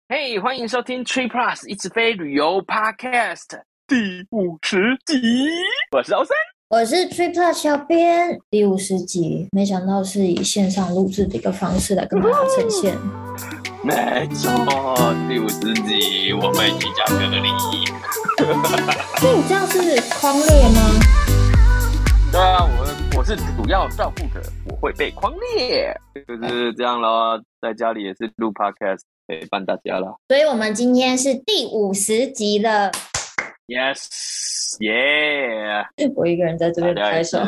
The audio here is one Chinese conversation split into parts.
嘿，欢迎收听 Tree Plus 一直飞旅游 Podcast 第50集，我是欧森， 我是 Tree Plus 小编。第50集，没想到是以线上录制的一个方式来跟大家呈现。 没错，第50集我们居家隔离。 所以你这样是匡列吗？ 对啊，我是主要照顾者，我会被匡列，就是这样咯。在家里也是录 Podcast 陪伴大家啦。 所以我们今天是第50集了。 Yes， 耶、 我一个人在这边拍手。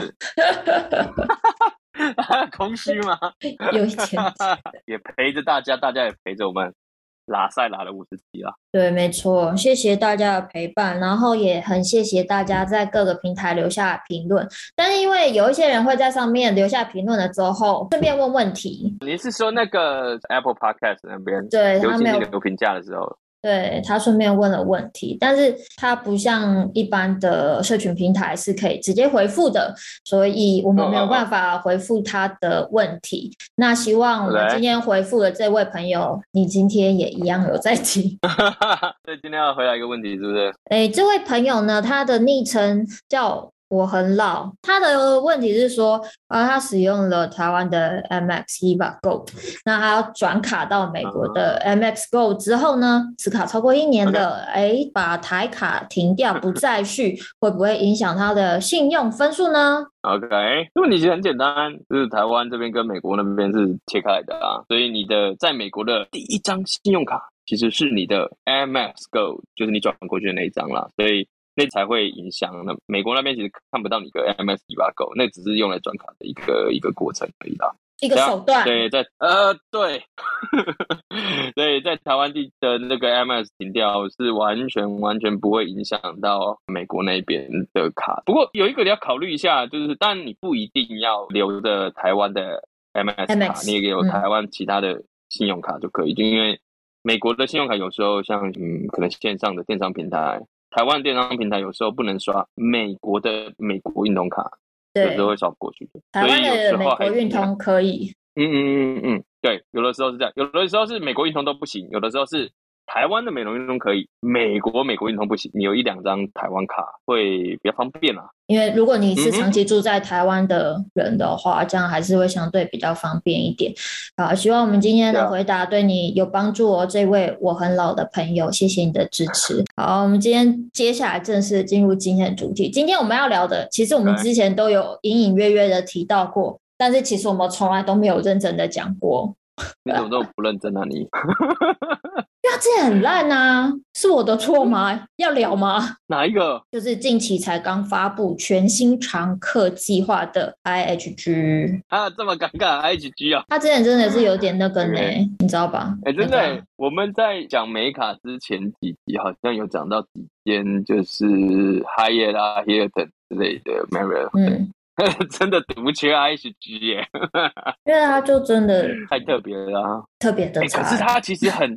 空虚吗？ 有一点也陪着大家，大家也陪着我们拉赛拉了50集啦。 对，没错，谢谢大家的陪伴，然后也很谢谢大家在各个平台留下评论。但是因为有一些人会在上面留下评论了之后，顺便问问题。 你是说那个 Apple Podcast 那边对，他没有留评价的时候？ 对，他顺便问了问题，但是他不像一般的社群平台是可以直接回复的，所以我们没有办法回复他的问题。那希望我们今天回复的这位朋友，你今天也一样有在听。 所以今天要回答一个问题，是不是？ 这位朋友呢，他的昵称叫我很老，他的问题是说，他使用了台湾的 MX EVA Gold， 那他要转卡到美国的 MX Gold 之后呢，持卡超过1年的，把台卡停掉不再续，会不会影响他的信用分数呢 ？OK， 问题其实很简单，就是台湾这边跟美国那边是切开来的啊，所以你的在美国的第一张信用卡其实是你的 MX Gold， 就是你转过去的那一张啦，所以那才会影响。那美国那边其实看不到你的 MS EVA Gold， 那只是用来转卡的一个过程而已啦， 一个手段。 对，对，所以在台湾地的那个 MS 停掉是完全不会影响到美国那边的卡。不过有一个你要考虑一下，就是当然你不一定要留着台湾的 MS 卡，你也有台湾其他的信用卡就可以，就因为美国的信用卡有时候像可能线上的电商平台。台湾电商平台有时候不能刷美国的美国运通卡，有时候会刷不过去的。 台湾的美国运通可以。 对，有的时候是这样，有的时候是美国运通都不行，有的时候是台湾的美国运通可以，美国运通不行。你有1-2张台湾卡会比较方便啦。 因为如果你是长期住在台湾的人的话，这样还是会相对比较方便一点。好，希望我们今天的回答对你有帮助哦，这位我很老的朋友，谢谢你的支持。好，我们今天接下来正式进入今天的主题。今天我们要聊的，其实我们之前都有隐隐约约的提到过，但是其实我们从来都没有认真的讲过。 你怎么都不认真啊你？ 因为这很烂啊，是我的错吗？要聊吗？ 哪一个？ 就是近期才刚发布全新常客计划的 IHG 啊，这么尴尬 IHG 啊！ 他之前真的是有点那个呢，你知道吧？ 真的，我们在讲美卡之前几集好像有讲到几间，就是 Hyatt 啊、Hilton 之类的 Marriott。真的不缺 IHG 耶， 因为他就真的太特别了啊， 特别的差。 可是他其实很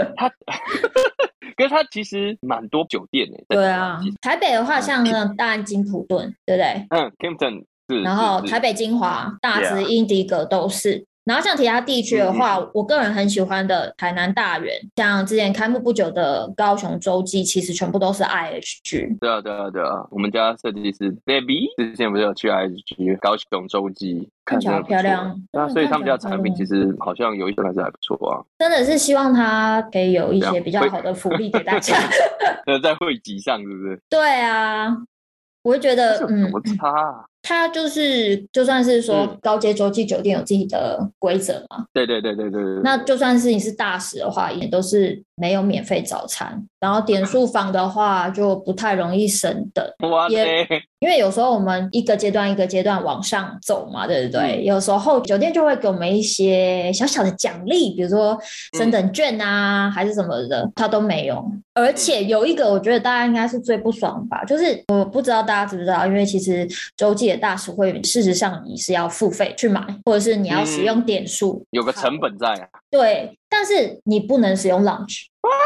可是他其实蛮多酒店耶。 对啊，台北的话像那大安金普顿，对不对 ？Kimpton 是。 然后台北金华、大直、英迪格都是。然后像其他地区的话，我个人很喜欢的台南大园，像之前开幕不久的高雄洲际，其实全部都是 IHG。 对啊，我们家设计师 Debbie 之前不是有去 IHG 高雄洲际， 看起来好漂亮。 所以他们家产品其实好像有一些还是还不错啊。 真的是希望他可以有一些比较好的福利给大家。 在会籍上是不是？ 对啊，我会觉得怎么差啊？ 它就算是说高阶洲际酒店有自己的规则嘛， 对。 那就算是你是大使的话，也都是没有免费早餐。然后点数房的话，就不太容易升等。因为有时候我们一个阶段一个阶段往上走嘛，对不对？有时候酒店就会给我们一些小小的奖励，比如说升等券啊，还是什么的，它都没有。而且有一个我觉得大家应该是最不爽吧，就是我不知道大家知不知道，因为其实洲际的大使会事实上你是要付费去买，或者是你要使用点数， 有个成本在啊。 对，但是你不能使用 lounge。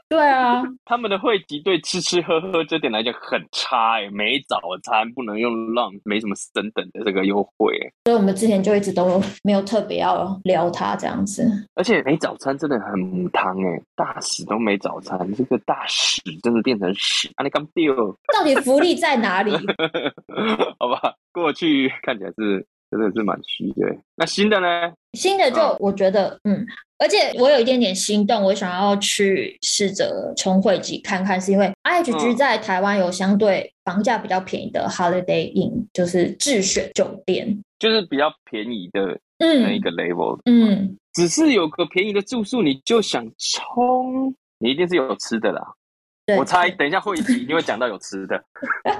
对啊， 他们的会籍对吃吃喝喝这点来讲很差没早餐不能用 lunch， 没什么升等的这个优惠所以我们之前就一直都没有特别要聊它这样子。 而且没早餐真的很母汤大使都没早餐，这个大使真的变成屎，你刚丢， 到底福利在哪里？ 好吧，过去看起来是真的是蛮虚的。那新的呢？ 新的就我觉得而且我有一点点心动，我想要去试着重汇集看看，是因为 IHG 在台湾有相对房价比较便宜的 Holiday Inn， 就是智选酒店， 就是比较便宜的那一个 level。只是有个便宜的住宿，你就想冲，你一定是有吃的啦。我猜等一下会议一定会讲到有吃的。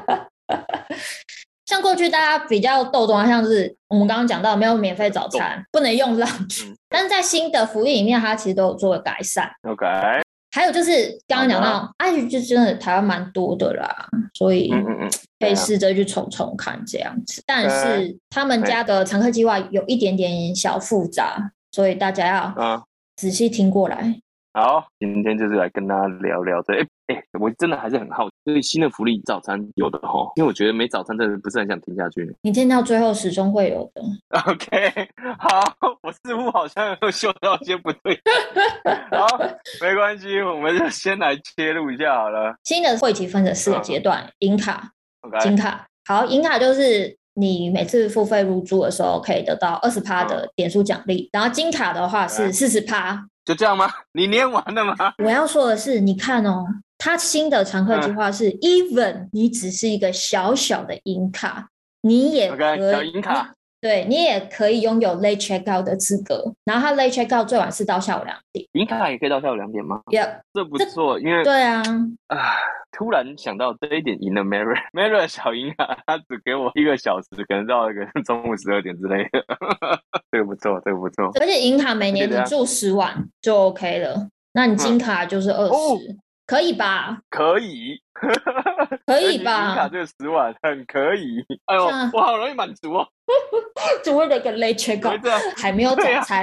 像过去大家比较逗的像是我们刚刚讲到没有免费早餐，不能用 lunch，但是在新的福利里面，它其实都有做了改善。 OK， 还有就是刚刚讲到，IHG 真的台湾蛮多的啦，所以可以试着去冲冲看这样子。但是他们家的常客计划有一点点小复杂，所以大家要仔细听过来。 好，今天就是来跟大家聊聊这我真的还是很好奇，所以新的福利早餐有的齁，因为我觉得没早餐真的不是很想听下去。 你听到最后始终会有的。 OK， 好，我似乎好像又嗅到一些不对。好，没关系，我们就先来切入一下好了。 新的会期分成4个阶段，银卡、金卡。好，银卡就是你每次付费入住的时候可以得到 20% 的点数奖励，然后金卡的话是 40%。 就这样吗？你念完了吗？ 我要说的是，你看哦，它新的常客计划是 even 你只是一个小小的银卡，你也可以小银卡， 对，你也可以拥有 late check out 的资格。然后它 late check out 最晚是到下午2点。 银卡也可以到下午2点吗？ Yep， 这不错，因为对啊， 突然想到这一点赢了 Marriott 小银卡，他只给我1个小时，可能到一个中午12点之类的。这个不错，这个不错。 而且银卡每年你住10晚就 OK 了，那你金卡就是20，可以吧？ 可以， 可以吧？ 银卡这个10晚很可以。哎呦，我好容易满足哦。 只为了个 late check out， 还没有早餐。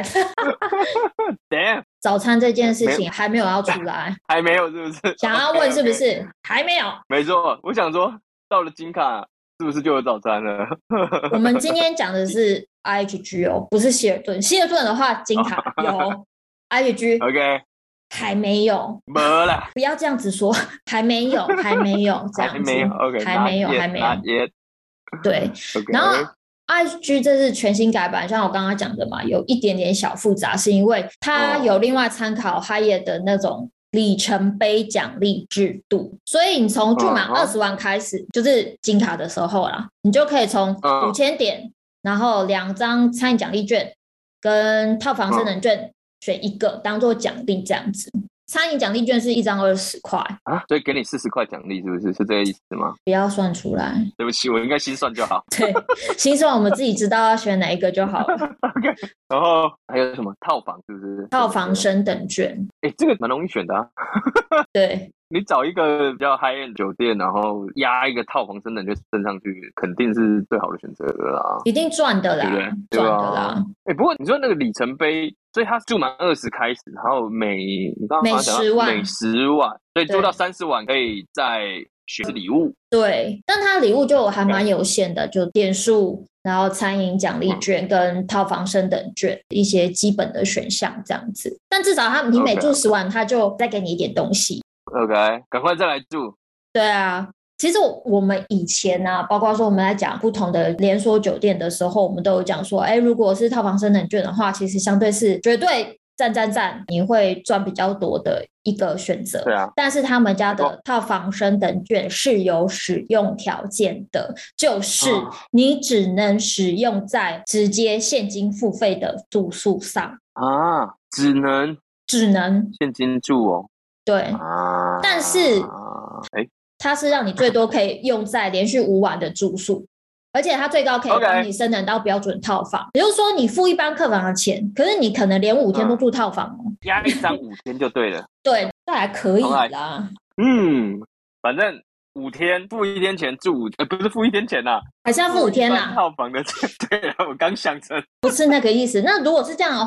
Damn， 早餐这件事情还没有要出来， 还没有是不是？ 想要问是不是？还没有。 没错，我想说到了金卡是不是就有早餐了？ 我们今天讲的是 IHG 哦，不是希尔顿。希尔顿的话，金卡有，IHG OK 还没有。 没啦， 不要这样子说，还没有，还没有这样子， 还没有 OK， 还没有，还没有。对， okay， 然后 IHG 这是全新改版，像我刚刚讲的嘛，有一点点小复杂，是因为它有另外参考 Hyatt 的那种里程碑奖励制度，所以你从住满20万开始，就是金卡的时候啦，你就可以从5000点，然后2张餐饮奖励券跟套房升等券选一个当做奖励这样子。餐饮奖励券是1张20块啊，所以给你40块奖励，是不是？是这个意思吗？ 不要算出来， 对不起，我应该心算就好。 对，心算我们自己知道要选哪一个就好了。 OK， 然后还有什么套房，是不是？ 套房升等券， 这个蛮容易选的啊。 对， 你找一个比较 high end 酒店，然后压一个套房升等券升上去，肯定是最好的选择的啦， 一定赚的啦， 对赚的啦。 不过你说那个里程碑，所以他住满20开始，然后你刚刚讲 10万， 每10万，所以住到30万可以再选礼物。 对，但他礼物就还蛮有限的，就点数，然后餐饮奖励券跟套房升等券一些基本的选项这样子。但至少你每住10晚，他就再给你一点东西。 OK， 赶快再来住。 对啊。其实我们以前啊，包括说我们在讲不同的连锁酒店的时候，我们都有讲说，如果是套房升等券的话，其实相对是绝对赞，你会赚比较多的一个选择。 对啊， 但是他们家的套房升等券是有使用条件的，就是你只能使用在直接现金付费的住宿上啊，只能现金住哦。 对啊，但是它是让你最多可以用在连续5晚的住宿，而且它最高可以帮你升等到标准套房。也就是说，你付一般客房的钱，可是你可能连5天都住套房哦， 压一张5天就对了。对， 这还可以啦。 反正5天付1天钱住不是付1天钱啦， 还是要付5天啦。 套房的钱，对啊，我刚想成不是那个意思。那如果是这样的话，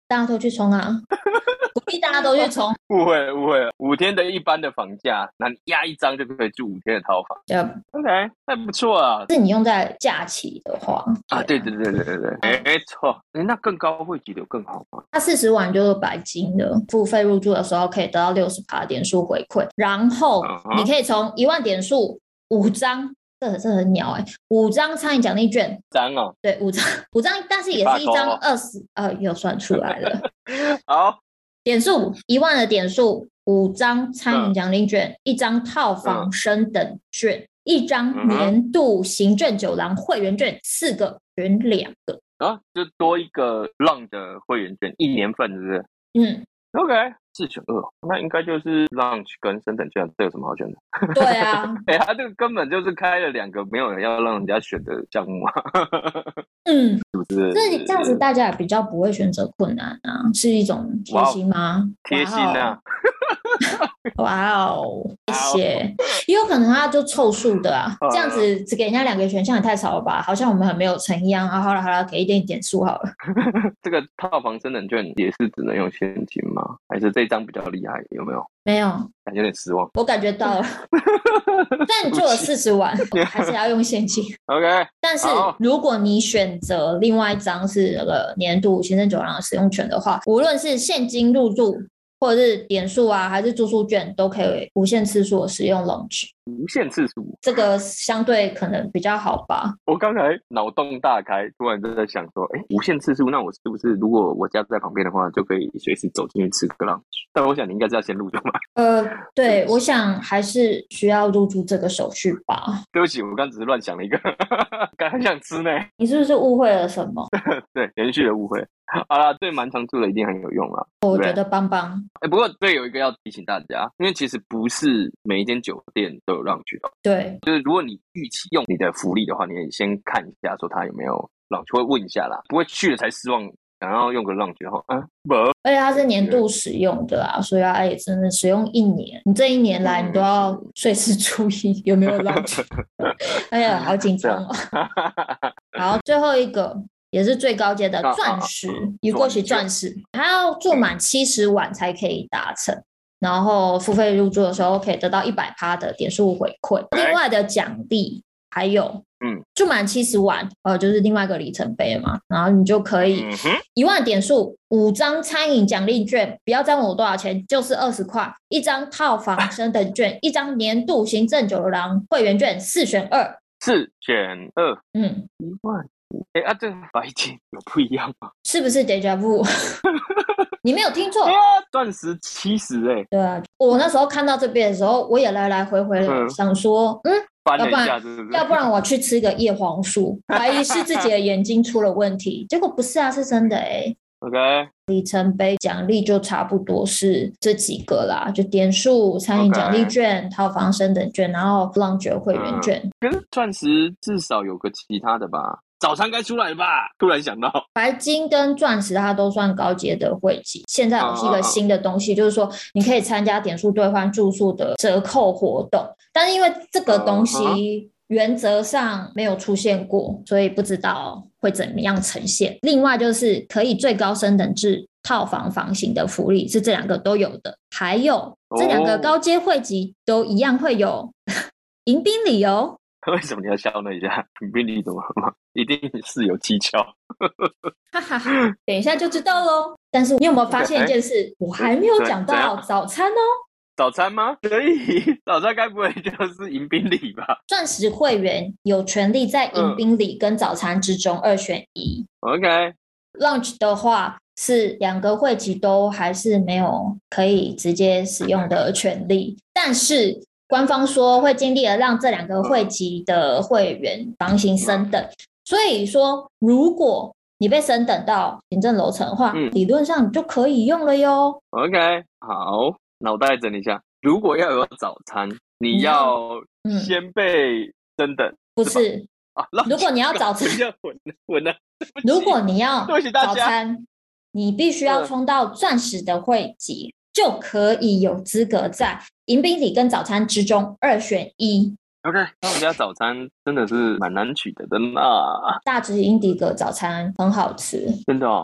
大家都去冲啊，鼓励大家都去冲。 误会了，5天的一般的房价，那你压一张就可以住5天的套房。OK， 那不错啊。 是你用在假期的话啊，对，没错。那更高会籍的更好吗？ 它40万就是白金的，付费入住的时候可以得到60%点数回馈，然后你可以从1万点数5张。这很鸟5张餐饮奖励券， 张哦， 对，5张，但是也是1张20，又算出来了。 好， 点数1万的点数，5张餐饮奖励券，1张套房升等券，1张年度行政酒廊会员券，4个选2个啊，就多一个Lounge的会员券，1年份是不是？OK， 4选2，那应该就是 Lounge 跟升等券，这有什么好选的？ 对啊， 他这个根本就是开了2个没有人要让人家选的项目啊。是不是？ 所以这样子大家也比较不会选择困难啊，是一种贴心吗？ 贴心啊！ 哇哦，谢谢。也有可能他就凑数的啊，这样子只给人家2个选项也太少了吧？好像我们很没有诚意啊！好了，给一点点数好了。 这个套房升等券也是只能用现金吗？还是这张比较厉害？有没有？ 没有， 感觉有点失望。 我感觉到了，但你做了40万，还是要用现金。 OK， 但是如果你选择另外一张是那个年度行政酒廊的使用权的话，无论是现金入住或者是点数啊，还是住宿券，都可以无限次数的使用 Lounge。 无限次数， 这个相对可能比较好吧。 我刚才脑洞大开，突然就在想说，无限次数，那我是不是如果我家在旁边的话，就可以随时走进去吃个 Lounge？但我想你应该是要先入住嘛。 对，我想还是需要入住这个手续吧。 对不起，我刚只是乱想了一个，刚很想吃呢。 你是不是误会了什么？ 对，连续的误会。好啦，对蛮常住的一定很有用啦。 我觉得棒棒。 不过这有一个要提醒大家，因为其实不是每一间酒店都有Lounge的。 对， 就是如果你预期用你的福利的话，你也先看一下说他有没有Lounge，会问一下啦，不会去了才失望，想要用个Lounge的话，不。 而且它是年度使用的啊，所以它也真的使用1年。你这1年来，你都要随时注意有没有Lounge。哎呀，好紧张哦。好，最后一个。也是最高阶的钻石，一过去钻石，还要住满70晚才可以达成。然后付费入住的时候可以得到100%的点数回馈。另外的奖励还有，住满70晚，就是另外一个里程碑嘛。然后你就可以1万点数，5张餐饮奖励券，不要再问我多少钱，就是20块，1张套房升等券，1张年度行政酒廊会员券，4选2。 4选2，1万。这个白金有不一样吗？ 是不是 Deja Vu？ 你没有听错， 钻石70 对啊，我那时候看到这边的时候，我也来来回回的想说，要不然我去吃个叶黄素，怀疑是自己的眼睛出了问题，结果不是啊，是真的 OK， 里程碑奖励就差不多是这几个啦，就点数、餐饮奖励券、套房升等券，然后 Lounge 会员券。 可是钻石至少有个其他的吧？早餐该出来了吧？突然想到， 白金跟钻石它都算高阶的会籍，现在有一个新的东西，就是说你可以参加点数兑换住宿的折扣活动，但是因为这个东西原则上没有出现过，所以不知道会怎么样呈现。另外就是可以最高升等至套房房型的福利，是这2个都有的，还有这2个高阶会籍都一样会有迎宾礼哦。 为什么你要笑那一下？迎宾礼怎么了？一定是有蹊跷。 哈哈哈，等一下就知道咯。但是你有没有发现一件事？我还没有讲到早餐哦。 早餐吗？可以，早餐该不会就是迎宾礼吧？ 钻石会员有权利在迎宾礼跟早餐之中2选1。 OK。 Lounge 的话是2个会籍都还是没有可以直接使用的权利，但是官方说会尽力的让这2个会籍的会员房型升等，所以说如果你被升等到行政楼层的话，理论上你就可以用了哟。 OK， 好，脑袋整理一下。如果要有早餐，你要先被升等， 不是？如果你要早餐， 混了。 如果你要早餐，你必须要冲到钻石的会籍，就可以有资格在迎宾礼跟早餐之中2选1。 OK， 那我们家早餐真的是蛮难取得的呢。 大直英迪格早餐很好吃， 真的哦。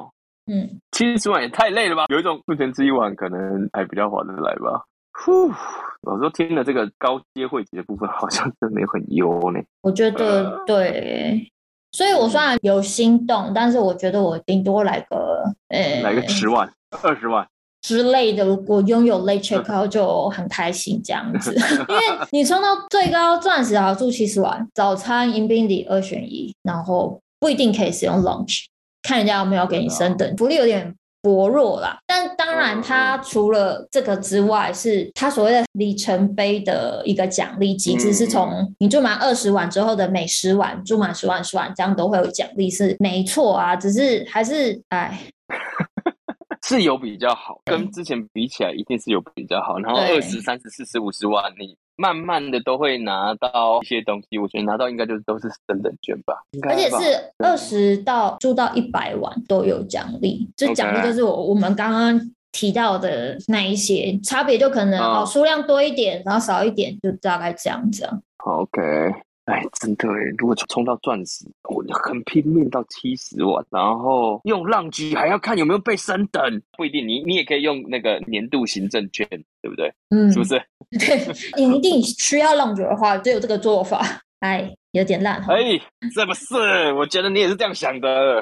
70万也太累了吧？有一种付钱吃一碗可能还比较划得来吧。呼，有时候听了这个高阶会籍的部分，好像真的很优呢。 我觉得对，所以我虽然有心动，但是我觉得我顶多来个 10万、20万。 之类的，我拥有 late checkout 就很开心这样子，因为你冲到最高钻石好住70万，早餐迎宾礼2选1，然后不一定可以使用 lunch， 看人家有没有给你升等，福利有点薄弱啦。但当然，它除了这个之外，是它所谓的里程碑的一个奖励机制，是从你住满20晚之后的每10晚住满10晚这样都会有奖励，是没错啊，只是还是是有比较好，跟之前比起来一定是有比较好。然后20、30、40、50万，你慢慢的都会拿到一些东西。我觉得拿到应该就都是升等券吧， 而且是20到住到100万都有奖励。这奖励就是我们刚刚提到的那一些差别，就可能数量多一点，然后少一点，就大概这样子。 OK。哎，真的耶，如果冲到钻石，我很拼命到70万，然后用浪局还要看有没有被升等，不一定，你也可以用那个年度行政券，对不对？是不是？ 对，你一定需要浪局的话，就有这个做法。有点烂。 是不是？我觉得你也是这样想的。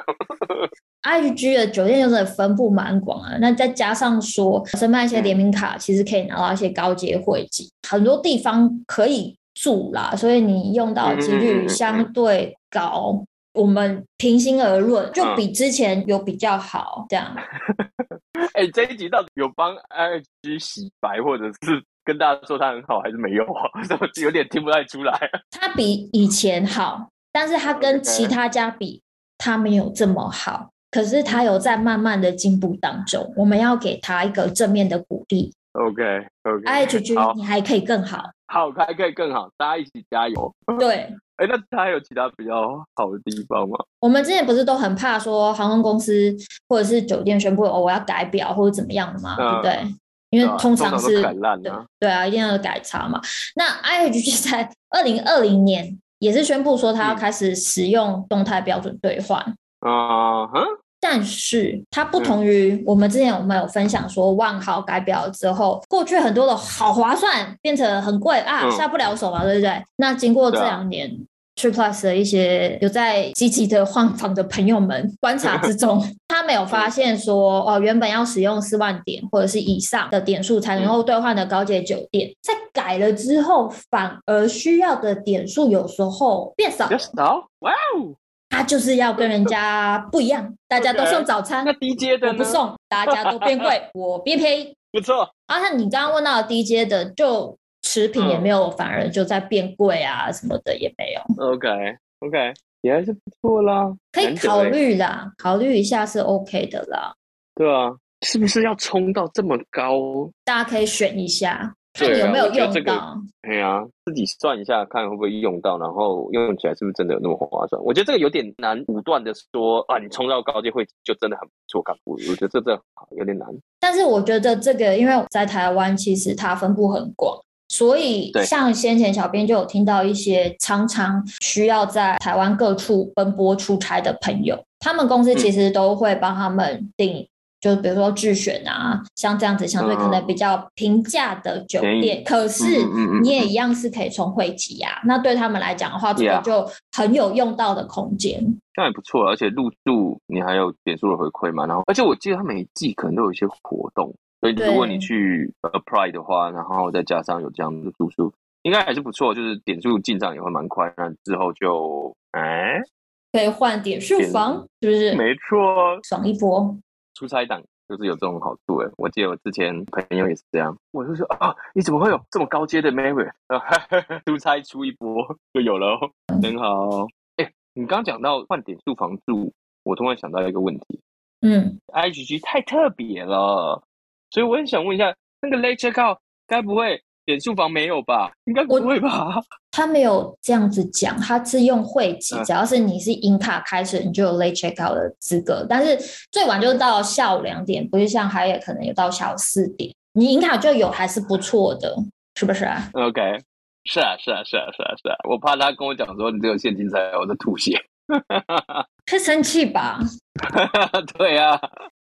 IHG 的酒店真的分布蛮广啊，那再加上说申办一些联名卡，其实可以拿到一些高阶会籍，很多地方可以住啦，所以你用到的几率相对高。我们平心而论，就比之前有比较好，这样。 这一集到底有帮 IHG 洗白，或者是跟大家说它很好，还是没有啊？我有点听不太出来。 它比以前好，但是它跟其他家比，它没有这么好。可是它有在慢慢的进步当中，我们要给它一个正面的鼓励。IHG 你还可以更好， 还可以更好，大家一起加油。 对。 那它还有其他比较好的地方吗？ 我们之前不是都很怕说航空公司或者是酒店宣布我要改表或者怎么样的嘛，对不对？因为通常是改烂啊， 对啊，一定要改差嘛。那 IHG 在2020年也是宣布说它要开始使用动态标准兑换。但是它不同于我们之前有分享说万豪改表之后，过去很多的好划算变成很贵下不了手嘛，对不对？那经过这2年Triplus 的一些有在积极的换房的朋友们观察之中，他没有发现说原本要使用4万点或者是以上的点数才能够兑换的高阶酒店，在改了之后，反而需要的点数有时候变少。 哇哦！ 他就是要跟人家不一样，大家都送早餐， 那低阶的我不送，大家都变贵，我变便宜， 不错。 像你刚刚问到的低阶的，就食品也没有，反而就在变贵啊，什么的也没有。 OK， 也还是不错啦， 可以考虑啦，考虑一下是 OK 的啦。 对啊，是不是要冲到这么高？ 大家可以选一下。看你有没有用到？ 自己算一下，看会不会用到，然后用起来是不是真的有那么划算？我觉得这个有点难武断的说你冲到高阶会就真的很不错，我觉得这有点难。 但是我觉得这个，因为在台湾其实它分布很广，所以像先前小编就有听到一些常常需要在台湾各处奔波出差的朋友，他们公司其实都会帮他们订。就比如说智选啊，像这样子相对可能比较平价的酒店，可是你也一样是可以冲会籍啊。那对他们来讲的话，这个就很有用到的空间。 这样也不错，而且入住你还有点数的回馈嘛。然后，而且我记得他每一季可能都有一些活动，所以如果你去 apply 的话，然后再加上有这样的住宿，应该还是不错。就是点数进账也会蛮快，那之后就可以换点数房，是不是？ 没错， 爽一波。 出差党就是有这种好处我记得我之前朋友也是这样，我就说你怎么会有这么高阶的 merit？ 出差出一波就有了很好。你刚刚讲到换点数房住，我突然想到一个问题，IHG 太特别了，所以我很想问一下，那个 late checkout 该不会点数房没有吧？应该不会吧？ 他没有这样子讲，他是用会籍，只要是你是银卡开始，你就有 late checkout 的资格。但是最晚就是到下午2点，不是像海野可能有到下午4点，你银卡就有还是不错的，是不是啊 ？OK， 是啊，我怕他跟我讲说你只有现金才有，我在吐血。 会生气吧？ 对啊，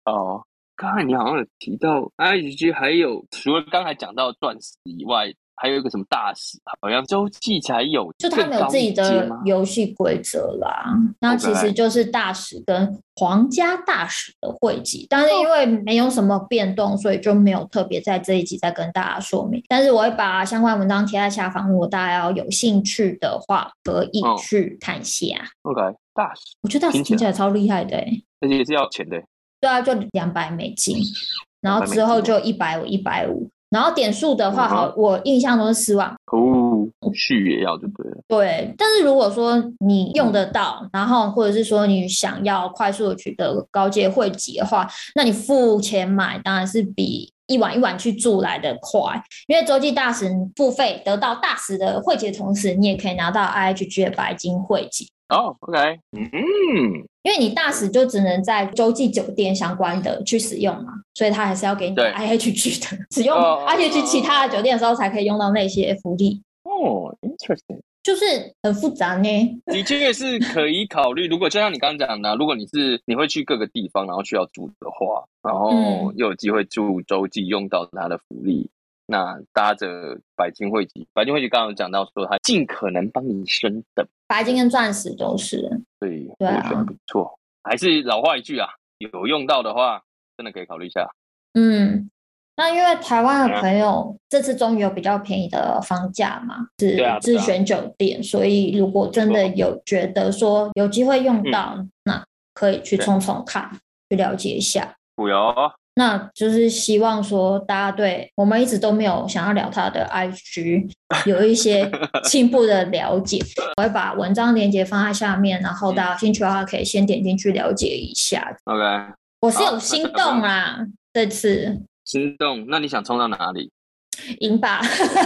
哦，刚才你好像有提到 IHG 还有除了刚才讲到钻石以外，还有一个什么大使，好像洲际才有， 就他们有自己的游戏规则啦。那其实就是大使跟皇家大使的汇集，但是因为没有什么变动，所以就没有特别在这一集再跟大家说明。但是我会把相关文章贴在下方，如果大家要有兴趣的话，可以去看一下。 OK， 大使， 我觉得大使听起来超厉害的而且也是要钱的。 对啊，就$200，然后之后就150、150。然后点数的话，好，我印象中是4万。 续也要就对了。 对，但是如果说你用得到，然后或者是说你想要快速的取得高阶汇集的话，那你付钱买当然是比一晚一晚去住来的快。因为洲际大使付费得到大使的汇集的同时，你也可以拿到 IHG 的白金汇集。 OK， 因为你大使就只能在洲际酒店相关的去使用嘛，所以他还是要给你 IHG 的，使用 IHG 其他的酒店的时候才可以用到那些福利。 interesting， 就是很复杂呢。 的确是可以考虑。如果就像你刚刚讲的，如果你会去各个地方，然后需要住的话，然后又有机会住洲际用到它的福利，那搭着白金汇集刚刚有讲到说，它尽可能帮你升等。 白金跟钻石都是， 对啊，不错。还是老话一句啊，有用到的话，真的可以考虑一下。 那因为台湾的朋友这次终于有比较便宜的房价嘛，是自选酒店，所以如果真的有觉得说有机会用到，那可以去冲冲看，去了解一下。那就是希望说大家对我们一直都没有想要聊他的 IG 有一些进步的了解。我会把文章连结放在下面，然后大家有兴趣的话可以先点进去了解一下。 OK， 我是有心动啦，这次心动。那你想冲到哪里？ 赢吧！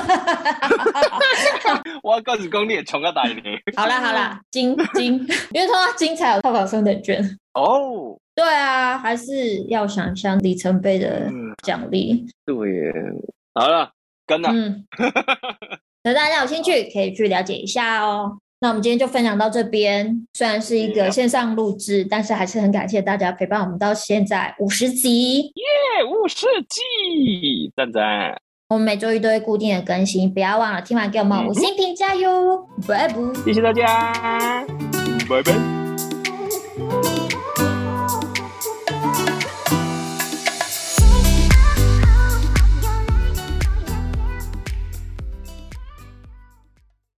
我告诉公你也冲到哪里？ 好啦，金，因为冲到金才有套房升等券。对啊，还是要想象里程碑的奖励。 对耶，好了，跟了。 那大家有兴趣可以去了解一下哦。那我们今天就分享到这边，虽然是一个线上录制，但是还是很感谢大家陪伴我们到现在50集。 50集，赞！ 我们每周一都会固定的更新，不要忘了听完给我们5星评价哟。拜拜， 谢谢大家，拜拜。